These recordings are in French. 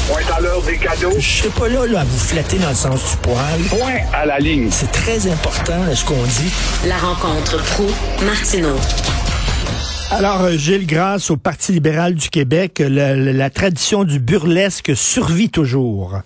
Point à l'heure des cadeaux. Je serai pas là à vous flatter dans le sens du poil. Point à la ligne. C'est très important, ce qu'on dit. La rencontre Proulx-Martineau. Alors, Gilles, grâce au Parti libéral du Québec, la tradition du burlesque survit toujours.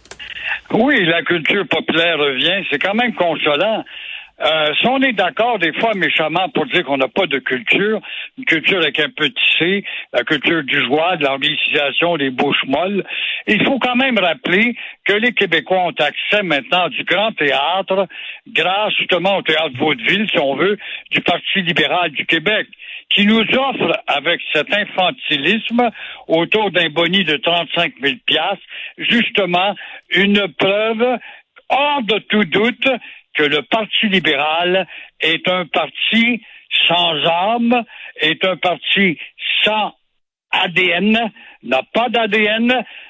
Oui, la culture populaire revient. C'est quand même consolant. Si on est d'accord des fois méchamment pour dire qu'on n'a pas de culture, une culture avec un petit C, la culture du joie, de l'anglicisation, des bouches molles, il faut quand même rappeler que les Québécois ont accès maintenant du grand théâtre grâce justement au théâtre vaudeville, si on veut, du Parti libéral du Québec, qui nous offre avec cet infantilisme autour d'un boni de 35 000 $, justement une preuve hors de tout doute que le Parti libéral est un parti sans âme, est un parti sans ADN, n'a pas d'ADN,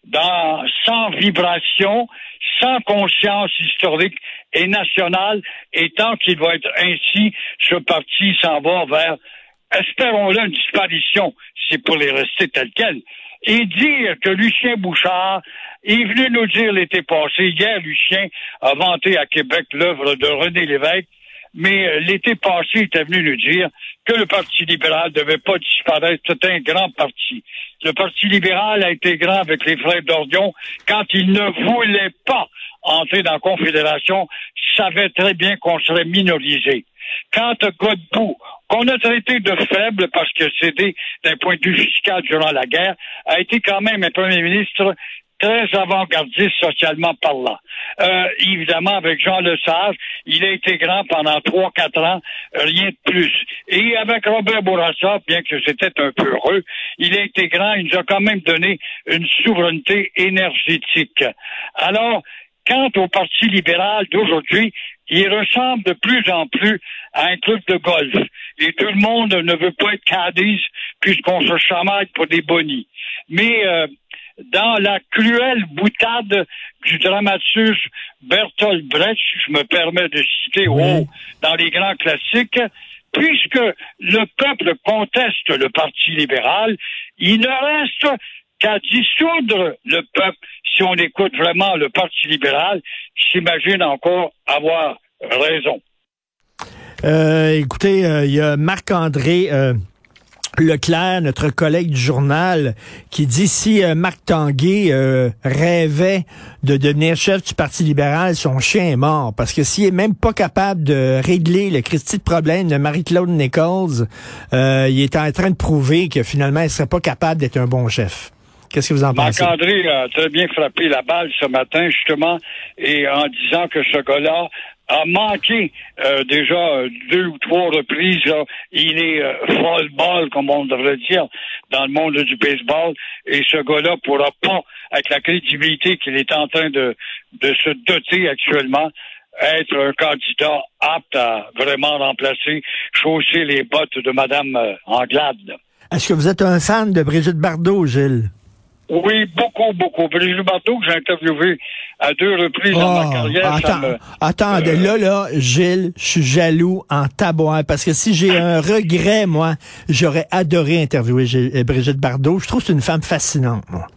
sans vibration, sans conscience historique et nationale, et tant qu'il va être ainsi, ce parti s'en va vers, espérons-le, une disparition, c'est pour les rester tel quel. Et dire que Lucien Bouchard est venu nous dire l'été passé, hier Lucien a vanté à Québec l'œuvre de René Lévesque, mais l'été passé il était venu nous dire que le Parti libéral ne devait pas disparaître, c'était un grand parti. Le Parti libéral a été grand avec les frères d'Ordion quand il ne voulait pas entrer dans la Confédération, savait très bien qu'on serait minorisé. Quant à Godbout, qu'on a traité de faible parce que c'était d'un point de vue fiscal durant la guerre, a été quand même un premier ministre très avant-gardiste socialement parlant. Évidemment, avec Jean Lesage, il a été grand pendant 3-4 ans, rien de plus. Et avec Robert Bourassa, bien que c'était un peu heureux, il a été grand, il nous a quand même donné une souveraineté énergétique. Alors, quant au Parti libéral d'aujourd'hui, il ressemble de plus en plus à un club de golf. Et tout le monde ne veut pas être caddies puisqu'on se chamaille pour des bonis. Mais dans la cruelle boutade du dramaturge Bertolt Brecht, je me permets de citer dans les grands classiques, puisque le peuple conteste le Parti libéral, il ne reste qu'à dissoudre le peuple si on écoute vraiment le Parti libéral, qui s'imagine encore avoir raison. Écoutez, il y a Marc-André Leclerc, notre collègue du journal, qui dit si Marc Tanguay rêvait de devenir chef du Parti libéral, son chien est mort. Parce que s'il est même pas capable de régler le Christi de problème de Marie-Claude Nichols, il est en train de prouver que finalement, il serait pas capable d'être un bon chef. Qu'est-ce que vous en pensez? Marc-André a très bien frappé la balle ce matin, justement, et en disant que ce gars-là a manqué déjà 2 ou 3 reprises. Là, il est folle-balle, comme on devrait dire, dans le monde du baseball, et ce gars-là pourra pas, avec la crédibilité qu'il est en train de se doter actuellement, être un candidat apte à vraiment remplacer, chausser les bottes de Mme Anglade. Est-ce que vous êtes un fan de Brigitte Bardot, Gilles? Oui, beaucoup, beaucoup. Brigitte Bardot, que j'ai interviewé à 2 reprises dans ma carrière. Attendez, là, Gilles, je suis jaloux en tabouin, parce que si j'ai un regret, moi, j'aurais adoré interviewer Brigitte Bardot. Je trouve que c'est une femme fascinante, moi.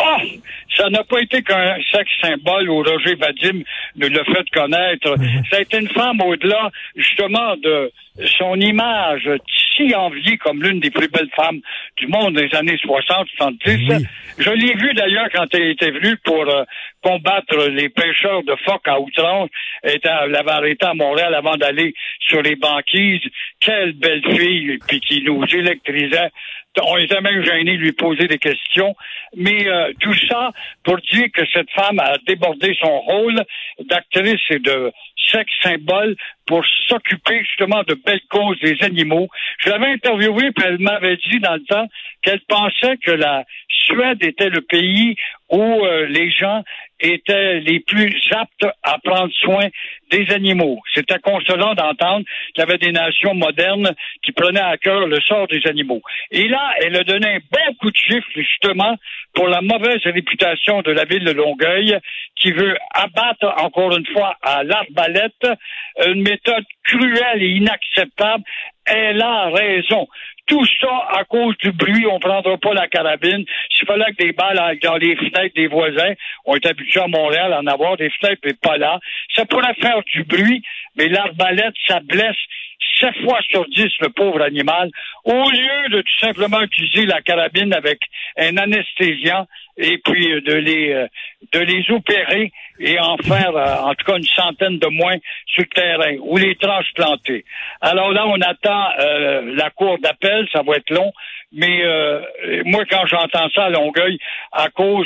Ça n'a pas été qu'un sexe symbole où Roger Vadim nous l'a fait connaître. Ça a été une femme au-delà, justement, de son image si enviée comme l'une des plus belles femmes du monde des années 60-70. Oui. Je l'ai vue d'ailleurs quand elle était venue pour combattre les pêcheurs de phoques à outrance. Elle l'avait arrêtée à Montréal avant d'aller sur les banquises. Quelle belle fille, puis qui nous électrisait. On était même gênés de lui poser des questions. Mais tout ça pour dire que cette femme a débordé son rôle d'actrice et de sexe symbole pour s'occuper justement de belles causes des animaux. Je l'avais interviewée, puis elle m'avait dit dans le temps qu'elle pensait que la Suède était le pays où les gens étaient les plus aptes à prendre soin des animaux. C'était consolant d'entendre qu'il y avait des nations modernes qui prenaient à cœur le sort des animaux. Et là, elle a donné un bon coup de chiffre, justement, pour la mauvaise réputation de la ville de Longueuil, qui veut abattre, encore une fois, à l'arbalète, une méthode cruelle et inacceptable. Elle a raison. Tout ça à cause du bruit, on prendra pas la carabine. S'il fallait que des balles dans les fenêtres des voisins, on est habitué à Montréal à en avoir des fenêtres, mais pas là. Ça pourrait faire du bruit, mais l'arbalète, ça blesse 7 fois sur 10 le pauvre animal. Au lieu de tout simplement utiliser la carabine avec un anesthésiant et puis de les opérer et en faire en tout cas une centaine de moins sur le terrain ou les transplanter. Alors là, on attend la cour d'appel, ça va être long, mais moi quand j'entends ça à Longueuil, à cause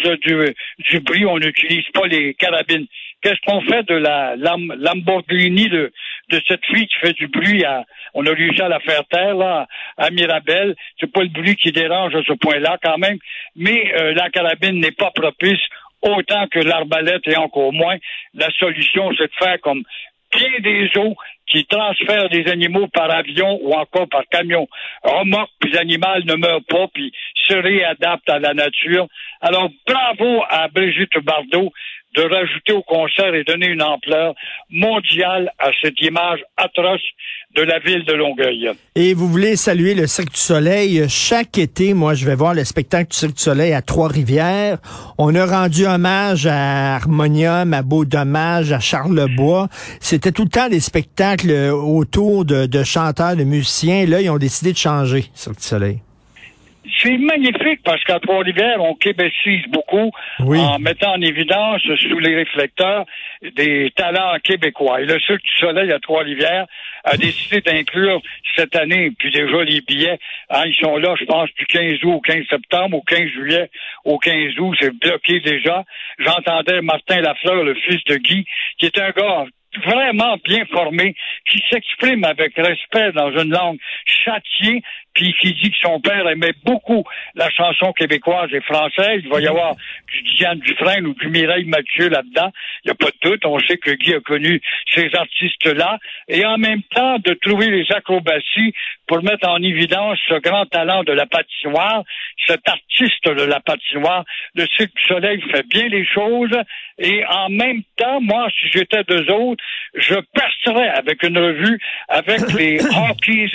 du bruit, on n'utilise pas les carabines. Qu'est-ce qu'on fait de la Lamborghini de cette fille qui fait du bruit on a réussi à la faire taire, là, à Mirabel. C'est pas le bruit qui dérange à ce point-là, quand même. Mais, la carabine n'est pas propice autant que l'arbalète et encore moins. La solution, c'est de faire comme bien des eaux qui transfèrent des animaux par avion ou encore par camion remorque, puis l'animal ne meurt pas, puis se réadapte à la nature. Alors, bravo à Brigitte Bardot de rajouter au concert et donner une ampleur mondiale à cette image atroce de la ville de Longueuil. Et vous voulez saluer le Cirque du Soleil. Chaque été, moi, je vais voir le spectacle du Cirque du Soleil à Trois-Rivières. On a rendu hommage à Harmonium, à Beau Dommage, à Charlebois. C'était tout le temps des spectacles autour de chanteurs, de musiciens. Là, ils ont décidé de changer, Cirque du Soleil. C'est magnifique parce qu'à Trois-Rivières, on québécise beaucoup en mettant en évidence sous les réflecteurs des talents québécois. Et le Cirque du Soleil à Trois-Rivières a décidé d'inclure cette année, puis déjà les billets, ils sont là, je pense, du 15 août au 15 septembre, au 15 juillet au 15 août, c'est bloqué déjà. J'entendais Martin Lafleur, le fils de Guy, qui est un gars vraiment bien formé, qui s'exprime avec respect dans une langue châtiée, puis qui dit que son père aimait beaucoup la chanson québécoise et française. Il va y avoir du Diane Dufresne ou du Mireille Mathieu là-dedans. Il n'y a pas de doute. On sait que Guy a connu ces artistes-là. Et en même temps, de trouver les acrobaties pour mettre en évidence ce grand talent de la patinoire, cet artiste de la patinoire. Le Cirque du Soleil fait bien les choses. Et en même temps, moi, si j'étais d'eux autres, je percerais avec une revue avec les hockey's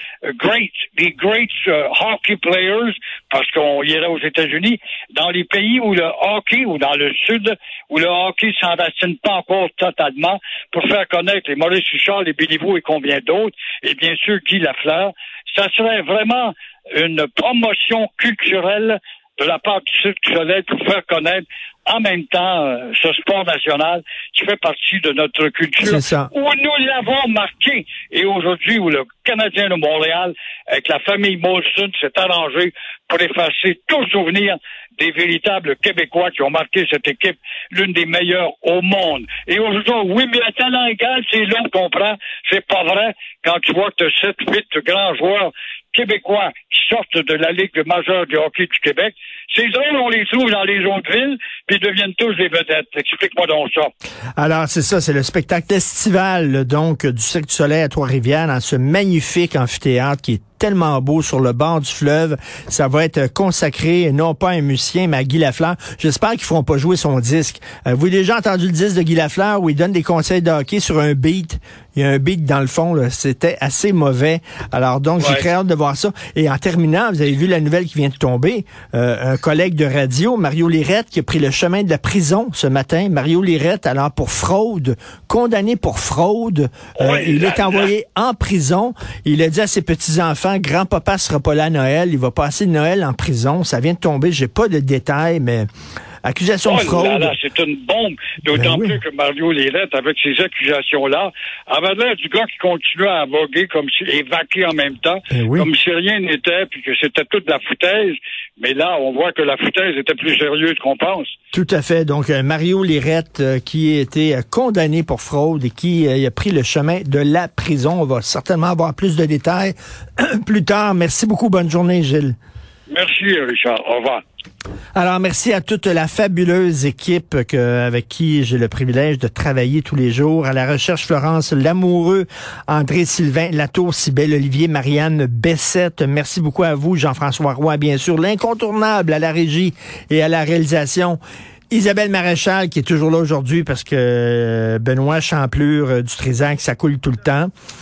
great hockey players, parce qu'on irait aux États-Unis, dans les pays où le hockey, ou dans le sud, où le hockey s'enracine pas encore totalement, pour faire connaître les Maurice Richard, les Béliveau et combien d'autres, et bien sûr Guy Lafleur. Ça serait vraiment une promotion culturelle de la part du Cirque du Soleil pour faire connaître en même temps ce sport national qui fait partie de notre culture, où nous l'avons marqué. Et aujourd'hui, où le Canadien de Montréal, avec la famille Molson, s'est arrangé pour effacer tout souvenir des véritables Québécois qui ont marqué cette équipe, l'une des meilleures au monde. Et aujourd'hui, oui, mais à talent égal, c'est long qu'on prend. C'est pas vrai quand tu vois que tu as 7-8 grands joueurs québécois qui sortent de la Ligue majeure du hockey du Québec. Ces drôles, on les trouve dans les autres villes, puis ils deviennent tous des vedettes. Explique-moi donc ça. Alors, c'est ça, c'est le spectacle estival, donc, du Cirque du Soleil à Trois-Rivières, dans ce magnifique amphithéâtre qui est tellement beau sur le bord du fleuve. Ça va être consacré, non pas à un musicien, mais à Guy Lafleur. J'espère qu'ils feront pas jouer son disque. Vous avez déjà entendu le disque de Guy Lafleur où il donne des conseils de hockey sur un beat? Il y a un beat dans le fond, là. C'était assez mauvais. Alors donc, j'ai très hâte de voir ça. Et en terminant, vous avez vu la nouvelle qui vient de tomber. Un collègue de radio, Mario Lirette, qui a pris le chemin de la prison ce matin. Mario Lirette, alors pour fraude, condamné pour fraude. Il est envoyé en prison. Il a dit à ses petits-enfants, grand-papa sera pas là à Noël, il va passer Noël en prison. Ça vient de tomber, j'ai pas de détails, mais accusation de fraude. Là, c'est une bombe, d'autant plus que Mario Lirette, avec ces accusations-là, avait l'air du gars qui continuait à voguer et vaquer en même temps, comme si rien n'était, puis que c'était toute la foutaise. Mais là, on voit que la foutaise était plus sérieuse qu'on pense. Tout à fait. Donc, Mario Lirette, qui a été condamné pour fraude et qui a pris le chemin de la prison. On va certainement avoir plus de détails plus tard. Merci beaucoup. Bonne journée, Gilles. Merci, Richard. Au revoir. Alors, merci à toute la fabuleuse équipe avec qui j'ai le privilège de travailler tous les jours. À la recherche, Florence Lamoureux, André-Sylvain Latour, Cybèle Olivier, Marianne Bessette. Merci beaucoup à vous, Jean-François Roy, bien sûr. L'incontournable à la régie et à la réalisation. Isabelle Maréchal, qui est toujours là aujourd'hui parce que Benoît Champlure du Trisac, ça coule tout le temps.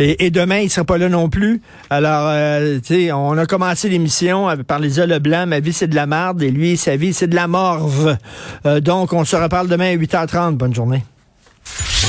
Et demain, il sera pas là non plus. Alors, tu sais, on a commencé l'émission par Lisa Leblanc. Ma vie, c'est de la marde. Et lui, sa vie, c'est de la morve. Donc, on se reparle demain à 8h30. Bonne journée.